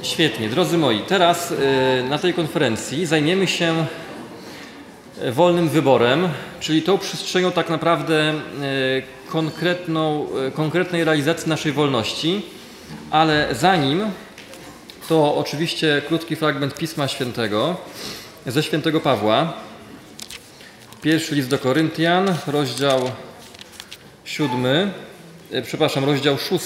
Świetnie, drodzy moi, teraz na tej konferencji zajmiemy się wolnym wyborem, czyli tą przestrzenią tak naprawdę konkretnej realizacji naszej wolności, ale zanim to oczywiście krótki fragment Pisma Świętego ze Świętego Pawła. Pierwszy list do Koryntian, rozdział 6.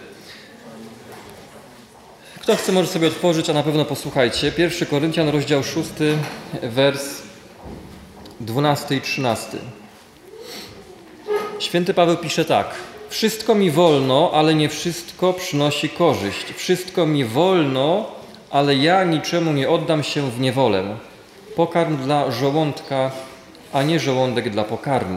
Kto chce, może sobie otworzyć, a na pewno posłuchajcie. 1 Koryntian, rozdział 6, wers 12 i 13. Święty Paweł pisze tak. Wszystko mi wolno, ale nie wszystko przynosi korzyść. Wszystko mi wolno, ale ja niczemu nie oddam się w niewolę. Pokarm dla żołądka, a nie żołądek dla pokarmu.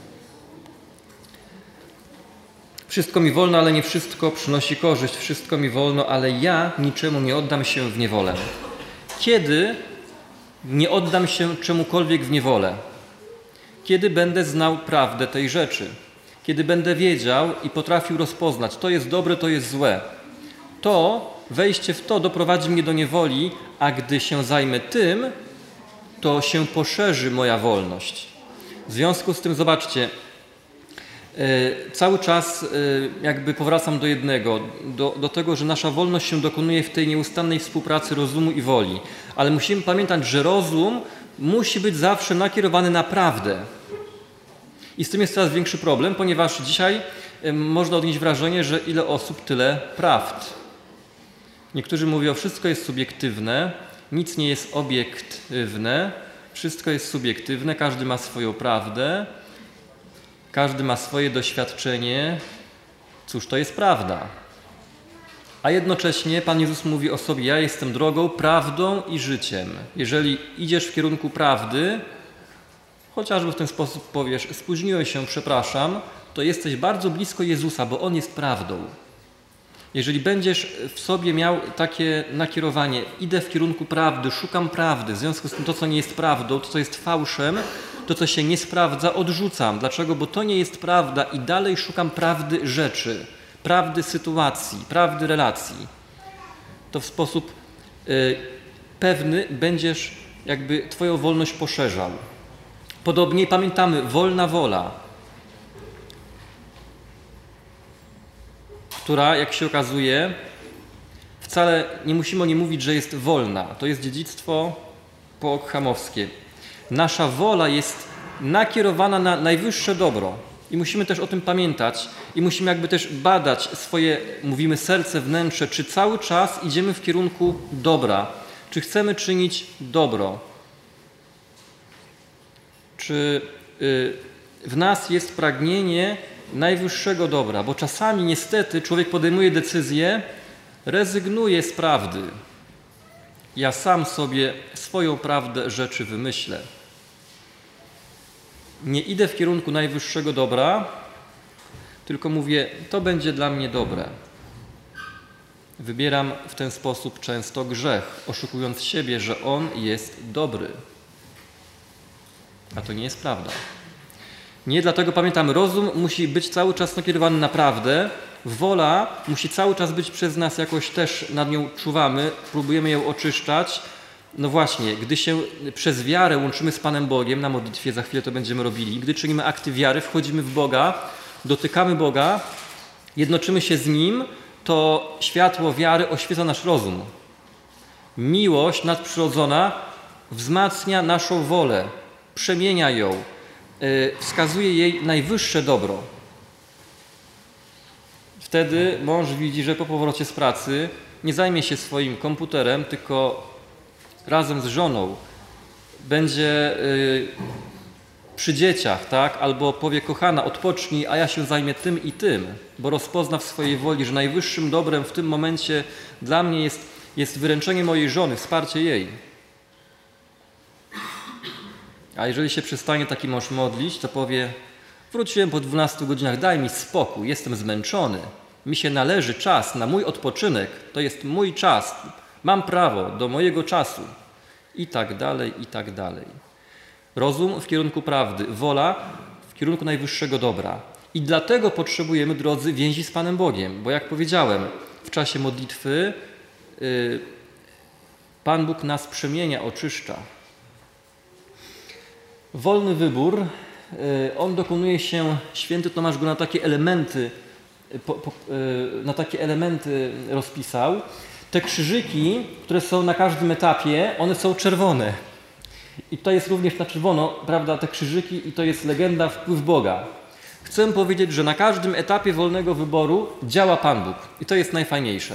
Wszystko mi wolno, ale nie wszystko przynosi korzyść. Wszystko mi wolno, ale ja niczemu nie oddam się w niewolę. Kiedy nie oddam się czemukolwiek w niewolę? Kiedy będę znał prawdę tej rzeczy? Kiedy będę wiedział i potrafił rozpoznać, to jest dobre, to jest złe. To wejście w to doprowadzi mnie do niewoli, a gdy się zajmę tym, to się poszerzy moja wolność. W związku z tym zobaczcie, cały czas jakby powracam do jednego, do tego, że nasza wolność się dokonuje w tej nieustannej współpracy rozumu i woli. Ale musimy pamiętać, że rozum musi być zawsze nakierowany na prawdę. I z tym jest coraz większy problem, ponieważ dzisiaj można odnieść wrażenie, że ile osób, tyle prawd. Niektórzy mówią, wszystko jest subiektywne, nic nie jest obiektywne, wszystko jest subiektywne, każdy ma swoją prawdę, każdy ma swoje doświadczenie. Cóż, to jest prawda. A jednocześnie Pan Jezus mówi o sobie, ja jestem drogą, prawdą i życiem. Jeżeli idziesz w kierunku prawdy, chociażby w ten sposób powiesz, spóźniłem się, przepraszam, to jesteś bardzo blisko Jezusa, bo On jest prawdą. Jeżeli będziesz w sobie miał takie nakierowanie, idę w kierunku prawdy, szukam prawdy, w związku z tym to, co nie jest prawdą, to, co jest fałszem, to, co się nie sprawdza, odrzucam. Dlaczego? Bo to nie jest prawda i dalej szukam prawdy rzeczy, prawdy sytuacji, prawdy relacji. To w sposób pewny będziesz jakby Twoją wolność poszerzał. Podobnie pamiętamy, wolna wola, która, jak się okazuje, wcale nie musimy o niej mówić, że jest wolna. To jest dziedzictwo pookhamowskie. Nasza wola jest nakierowana na najwyższe dobro. I musimy też o tym pamiętać i musimy jakby też badać swoje, mówimy, serce, wnętrze, czy cały czas idziemy w kierunku dobra, czy chcemy czynić dobro. Czy w nas jest pragnienie najwyższego dobra, bo czasami niestety człowiek podejmuje decyzję, rezygnuje z prawdy. Ja sam sobie swoją prawdę rzeczy wymyślę. Nie idę w kierunku najwyższego dobra, tylko mówię, to będzie dla mnie dobre. Wybieram w ten sposób często grzech, oszukując siebie, że on jest dobry. A to nie jest prawda. Nie, dlatego pamiętam, rozum musi być cały czas nakierowany na prawdę, wola musi cały czas być przez nas jakoś też nad nią czuwamy, próbujemy ją oczyszczać. No właśnie, gdy się przez wiarę łączymy z Panem Bogiem, na modlitwie za chwilę to będziemy robili, gdy czynimy akty wiary, wchodzimy w Boga, dotykamy Boga, jednoczymy się z Nim, to światło wiary oświeca nasz rozum. Miłość nadprzyrodzona wzmacnia naszą wolę, przemienia ją, wskazuje jej najwyższe dobro. Wtedy mąż widzi, że po powrocie z pracy nie zajmie się swoim komputerem, tylko razem z żoną będzie przy dzieciach, tak? Albo powie, kochana, odpocznij, a ja się zajmę tym i tym, bo rozpozna w swojej woli, że najwyższym dobrem w tym momencie dla mnie jest wyręczenie mojej żony, wsparcie jej. A jeżeli się przestanie taki mąż modlić, to powie, wróciłem po 12 godzinach, daj mi spokój, jestem zmęczony. Mi się należy czas na mój odpoczynek, to jest mój czas, mam prawo do mojego czasu. I tak dalej, i tak dalej. Rozum w kierunku prawdy, wola w kierunku najwyższego dobra. I dlatego potrzebujemy, drodzy, więzi z Panem Bogiem, bo jak powiedziałem, w czasie modlitwy Pan Bóg nas przemienia, oczyszcza. Wolny wybór, on dokonuje się, święty Tomasz go na takie elementy rozpisał. Te krzyżyki, które są na każdym etapie, one są czerwone. I tutaj jest również na czerwono, prawda, te krzyżyki i to jest legenda, wpływ Boga. Chcę powiedzieć, że na każdym etapie wolnego wyboru działa Pan Bóg i to jest najfajniejsze.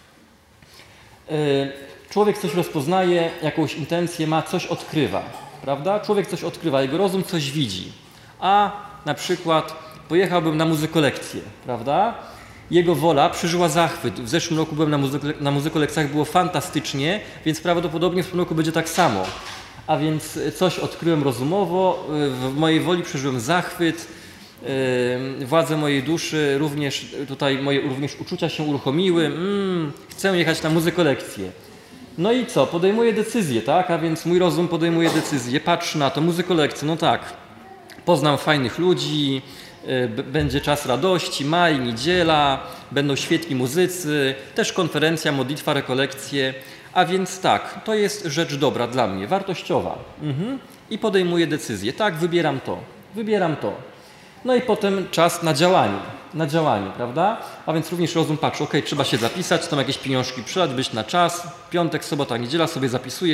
Człowiek coś rozpoznaje, jakąś intencję ma, coś odkrywa, prawda? Człowiek coś odkrywa, jego rozum coś widzi. A na przykład pojechałbym na muzykolekcję, prawda? Jego wola przeżyła zachwyt. W zeszłym roku byłem na muzykolekcjach, było fantastycznie, więc prawdopodobnie w tym roku będzie tak samo. A więc coś odkryłem rozumowo, w mojej woli przeżyłem zachwyt, władze mojej duszy, również tutaj moje również uczucia się uruchomiły. Chcę jechać na muzykolekcję. No i co? Podejmuję decyzję, tak? A więc mój rozum podejmuje decyzję, patrzy na to, muzykolekcję, no tak, poznam fajnych ludzi, będzie czas radości, maj, niedziela, będą świetni muzycy, też konferencja, modlitwa, rekolekcje. A więc tak, to jest rzecz dobra dla mnie, wartościowa. I podejmuję decyzję. Tak, wybieram to. No i potem czas na działanie, prawda? A więc również rozum patrzy, trzeba się zapisać, tam jakieś pieniążki przydać, być na czas. Piątek, sobota, niedziela sobie zapisuję,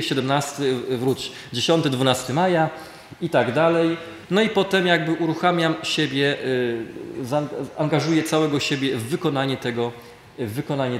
10, 12 maja i tak dalej. No i potem jakby uruchamiam siebie, angażuję całego siebie w wykonanie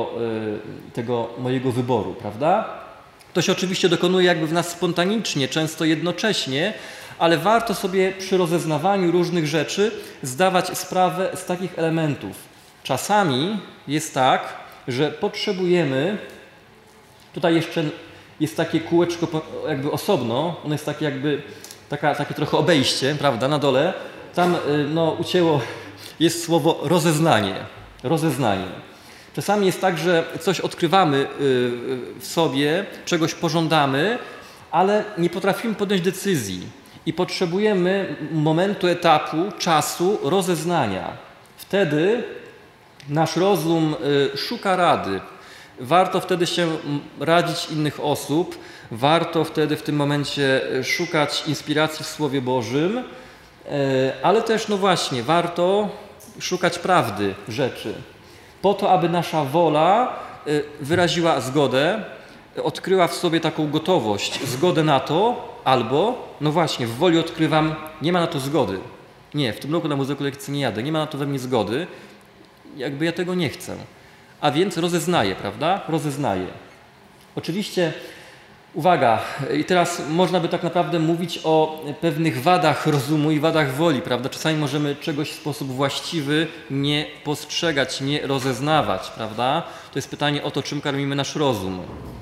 tego mojego wyboru, prawda? To się oczywiście dokonuje jakby w nas spontanicznie, często jednocześnie, ale warto sobie przy rozeznawaniu różnych rzeczy zdawać sprawę z takich elementów. Czasami jest tak, że potrzebujemy, tutaj jeszcze jest takie kółeczko jakby osobno, ono jest takie jakby, takie trochę obejście, prawda, na dole, tam ucięło, jest słowo rozeznanie. Czasami jest tak, że coś odkrywamy w sobie, czegoś pożądamy, ale nie potrafimy podjąć decyzji i potrzebujemy momentu, etapu, czasu rozeznania. Wtedy nasz rozum szuka rady. Warto wtedy się radzić innych osób, warto wtedy w tym momencie szukać inspiracji w Słowie Bożym, ale też warto szukać prawdy rzeczy, po to, aby nasza wola wyraziła zgodę, odkryła w sobie taką gotowość, zgodę na to, albo, w woli odkrywam, nie ma na to zgody. Nie, w tym roku na muzykolekcję nie jadę, nie ma na to we mnie zgody, jakby ja tego nie chcę. A więc rozeznaję, prawda? Rozeznaję. Oczywiście, uwaga, i teraz można by tak naprawdę mówić o pewnych wadach rozumu i wadach woli, prawda? Czasami możemy czegoś w sposób właściwy nie postrzegać, nie rozeznawać, prawda? To jest pytanie o to, czym karmimy nasz rozum.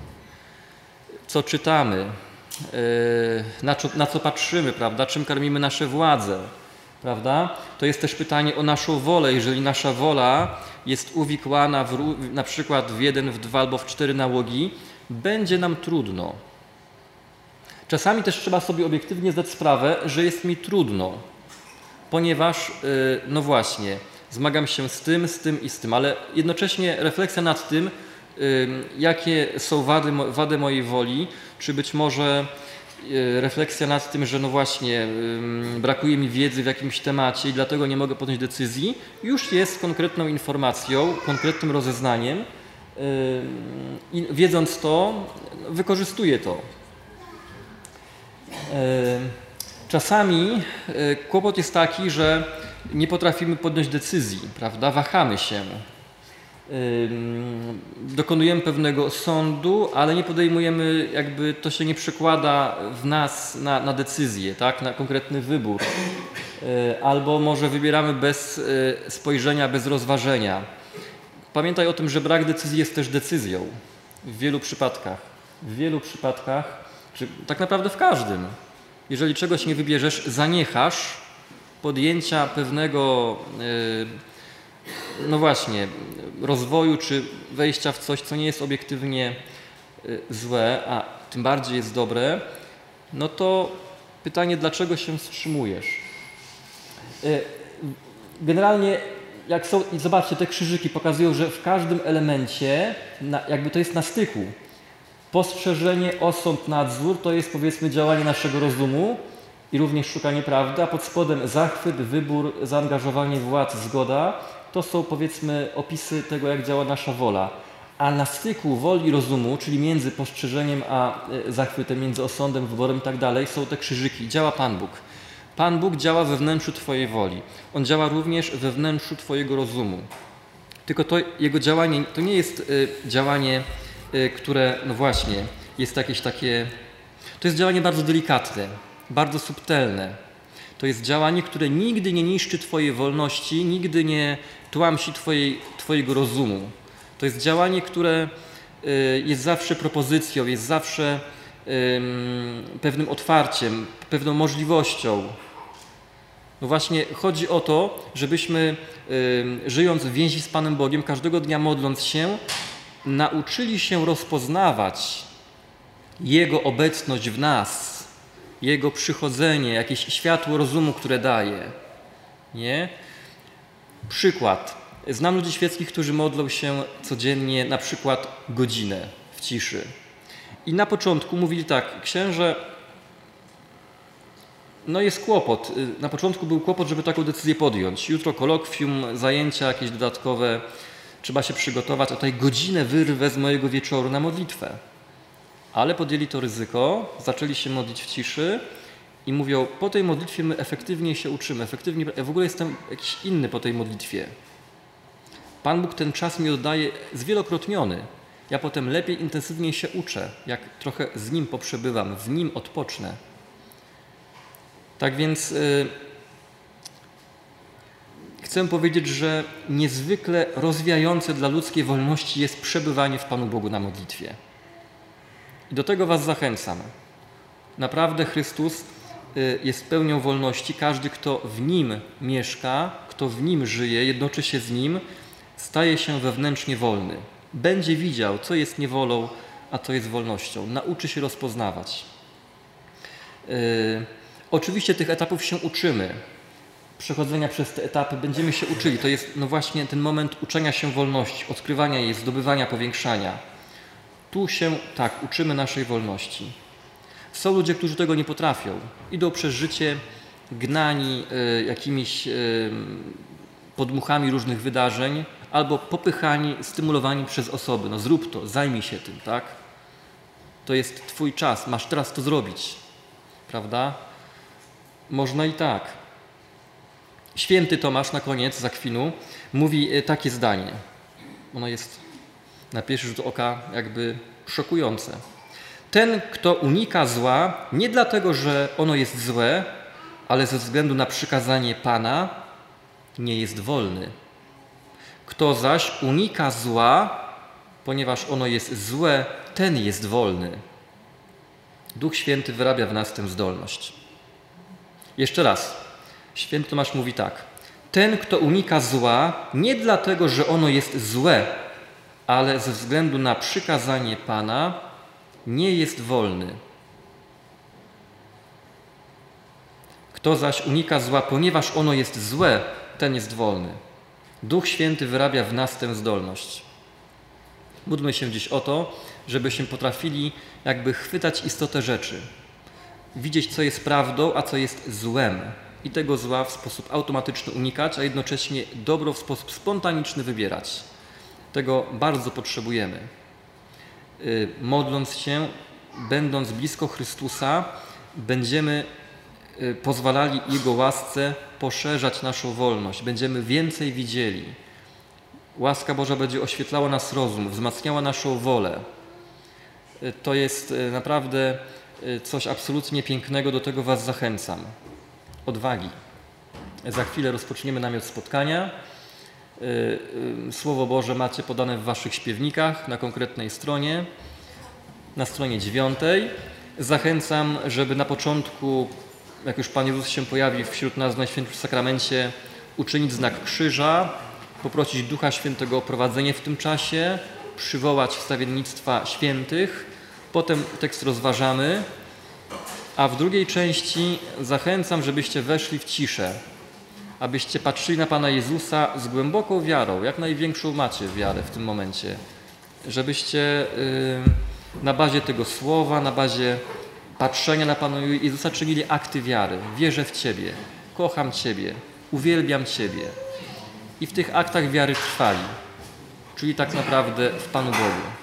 Co czytamy, na co patrzymy, prawda? Czym karmimy nasze władze, prawda? To jest też pytanie o naszą wolę. Jeżeli nasza wola jest uwikłana na przykład w 1, w 2 albo w 4 nałogi, będzie nam trudno. Czasami też trzeba sobie obiektywnie zdać sprawę, że jest mi trudno, ponieważ, zmagam się z tym i z tym, ale jednocześnie refleksja nad tym, jakie są wady mojej woli, czy być może refleksja nad tym, że brakuje mi wiedzy w jakimś temacie i dlatego nie mogę podjąć decyzji, już jest konkretną informacją, konkretnym rozeznaniem i wiedząc to, wykorzystuję to. Czasami kłopot jest taki, że nie potrafimy podjąć decyzji, prawda? Wahamy się. Dokonujemy pewnego sądu, ale nie podejmujemy, to się nie przekłada w nas na decyzję, tak? Na konkretny wybór. Albo może wybieramy bez spojrzenia, bez rozważenia. Pamiętaj o tym, że brak decyzji jest też decyzją. W wielu przypadkach, czy tak naprawdę w każdym. Jeżeli czegoś nie wybierzesz, zaniechasz podjęcia pewnego rozwoju czy wejścia w coś, co nie jest obiektywnie złe, a tym bardziej jest dobre, no to pytanie, dlaczego się wstrzymujesz? Generalnie jak są, i zobaczcie, te krzyżyki pokazują, że w każdym elemencie, jakby to jest na styku. Postrzeżenie, osąd, nadzór to jest, powiedzmy, działanie naszego rozumu i również szukanie prawdy, a pod spodem zachwyt, wybór, zaangażowanie władz, zgoda to są, powiedzmy, opisy tego, jak działa nasza wola. A na styku woli i rozumu, czyli między postrzeżeniem a zachwytem, między osądem, wyborem i tak dalej, są te krzyżyki. Działa Pan Bóg. Pan Bóg działa we wnętrzu Twojej woli. On działa również we wnętrzu Twojego rozumu. Tylko to Jego działanie to nie jest działanie, które, no właśnie, jest jakieś takie... To jest działanie bardzo delikatne, bardzo subtelne. To jest działanie, które nigdy nie niszczy Twojej wolności, nigdy nie tłamsi Twojego rozumu. To jest działanie, które jest zawsze propozycją, jest zawsze pewnym otwarciem, pewną możliwością. No właśnie chodzi o to, żebyśmy żyjąc w więzi z Panem Bogiem, każdego dnia modląc się, nauczyli się rozpoznawać Jego obecność w nas, Jego przychodzenie, jakieś światło rozumu, które daje. Nie? Przykład. Znam ludzi świeckich, którzy modlą się codziennie na przykład godzinę w ciszy. I na początku mówili tak, księże, no jest kłopot. Na początku był kłopot, żeby taką decyzję podjąć. Jutro kolokwium, zajęcia jakieś dodatkowe, trzeba się przygotować, a tutaj godzinę wyrwę z mojego wieczoru na modlitwę. Ale podjęli to ryzyko, zaczęli się modlić w ciszy i mówią, po tej modlitwie my efektywnie się uczymy, ja w ogóle jestem jakiś inny po tej modlitwie. Pan Bóg ten czas mi oddaje zwielokrotniony. Ja potem lepiej, intensywniej się uczę, jak trochę z Nim poprzebywam, w Nim odpocznę. Tak więc chcę powiedzieć, że niezwykle rozwijające dla ludzkiej wolności jest przebywanie w Panu Bogu na modlitwie. I do tego Was zachęcam. Naprawdę Chrystus jest pełnią wolności. Każdy, kto w Nim mieszka, kto w Nim żyje, jednoczy się z Nim, staje się wewnętrznie wolny. Będzie widział, co jest niewolą, a co jest wolnością. Nauczy się rozpoznawać. Oczywiście tych etapów się uczymy. Przechodzenia przez te etapy będziemy się uczyli. To jest no właśnie ten moment uczenia się wolności, odkrywania jej, zdobywania, powiększania. Tu się tak uczymy naszej wolności. Są ludzie, którzy tego nie potrafią. Idą przez życie gnani jakimiś podmuchami różnych wydarzeń albo popychani, stymulowani przez osoby. No zrób to, zajmij się tym, tak? To jest Twój czas, masz teraz to zrobić. Prawda? Można i tak. Święty Tomasz na koniec, z Akwinu, mówi takie zdanie. Ono jest na pierwszy rzut oka jakby szokujące. Ten, kto unika zła, nie dlatego, że ono jest złe, ale ze względu na przykazanie Pana, nie jest wolny. Kto zaś unika zła, ponieważ ono jest złe, ten jest wolny. Duch Święty wyrabia w nas tę zdolność. Jeszcze raz. Święty Tomasz mówi tak. Ten, kto unika zła, nie dlatego, że ono jest złe, ale ze względu na przykazanie Pana, nie jest wolny. Kto zaś unika zła, ponieważ ono jest złe, ten jest wolny. Duch Święty wyrabia w nas tę zdolność. Módlmy się dziś o to, żebyśmy potrafili jakby chwytać istotę rzeczy. Widzieć, co jest prawdą, a co jest złem. I tego zła w sposób automatyczny unikać, a jednocześnie dobro w sposób spontaniczny wybierać. Tego bardzo potrzebujemy. Modląc się, będąc blisko Chrystusa, będziemy pozwalali Jego łasce poszerzać naszą wolność. Będziemy więcej widzieli. Łaska Boża będzie oświetlała nas rozum, wzmacniała naszą wolę. To jest naprawdę coś absolutnie pięknego, do tego Was zachęcam. Odwagi. Za chwilę rozpoczniemy namiot spotkania. Słowo Boże macie podane w Waszych śpiewnikach na konkretnej stronie, na stronie 9. Zachęcam, żeby na początku, jak już Pan Jezus się pojawi wśród nas w Najświętszym Sakramencie, uczynić znak krzyża, poprosić Ducha Świętego o prowadzenie w tym czasie, przywołać wstawiennictwa świętych, potem tekst rozważamy, a w drugiej części zachęcam, żebyście weszli w ciszę, abyście patrzyli na Pana Jezusa z głęboką wiarą, jak największą macie wiarę w tym momencie, żebyście na bazie tego słowa, na bazie patrzenia na Pana Jezusa czynili akty wiary. Wierzę w Ciebie, kocham Ciebie, uwielbiam Ciebie. I w tych aktach wiary trwali, czyli tak naprawdę w Panu Bogu.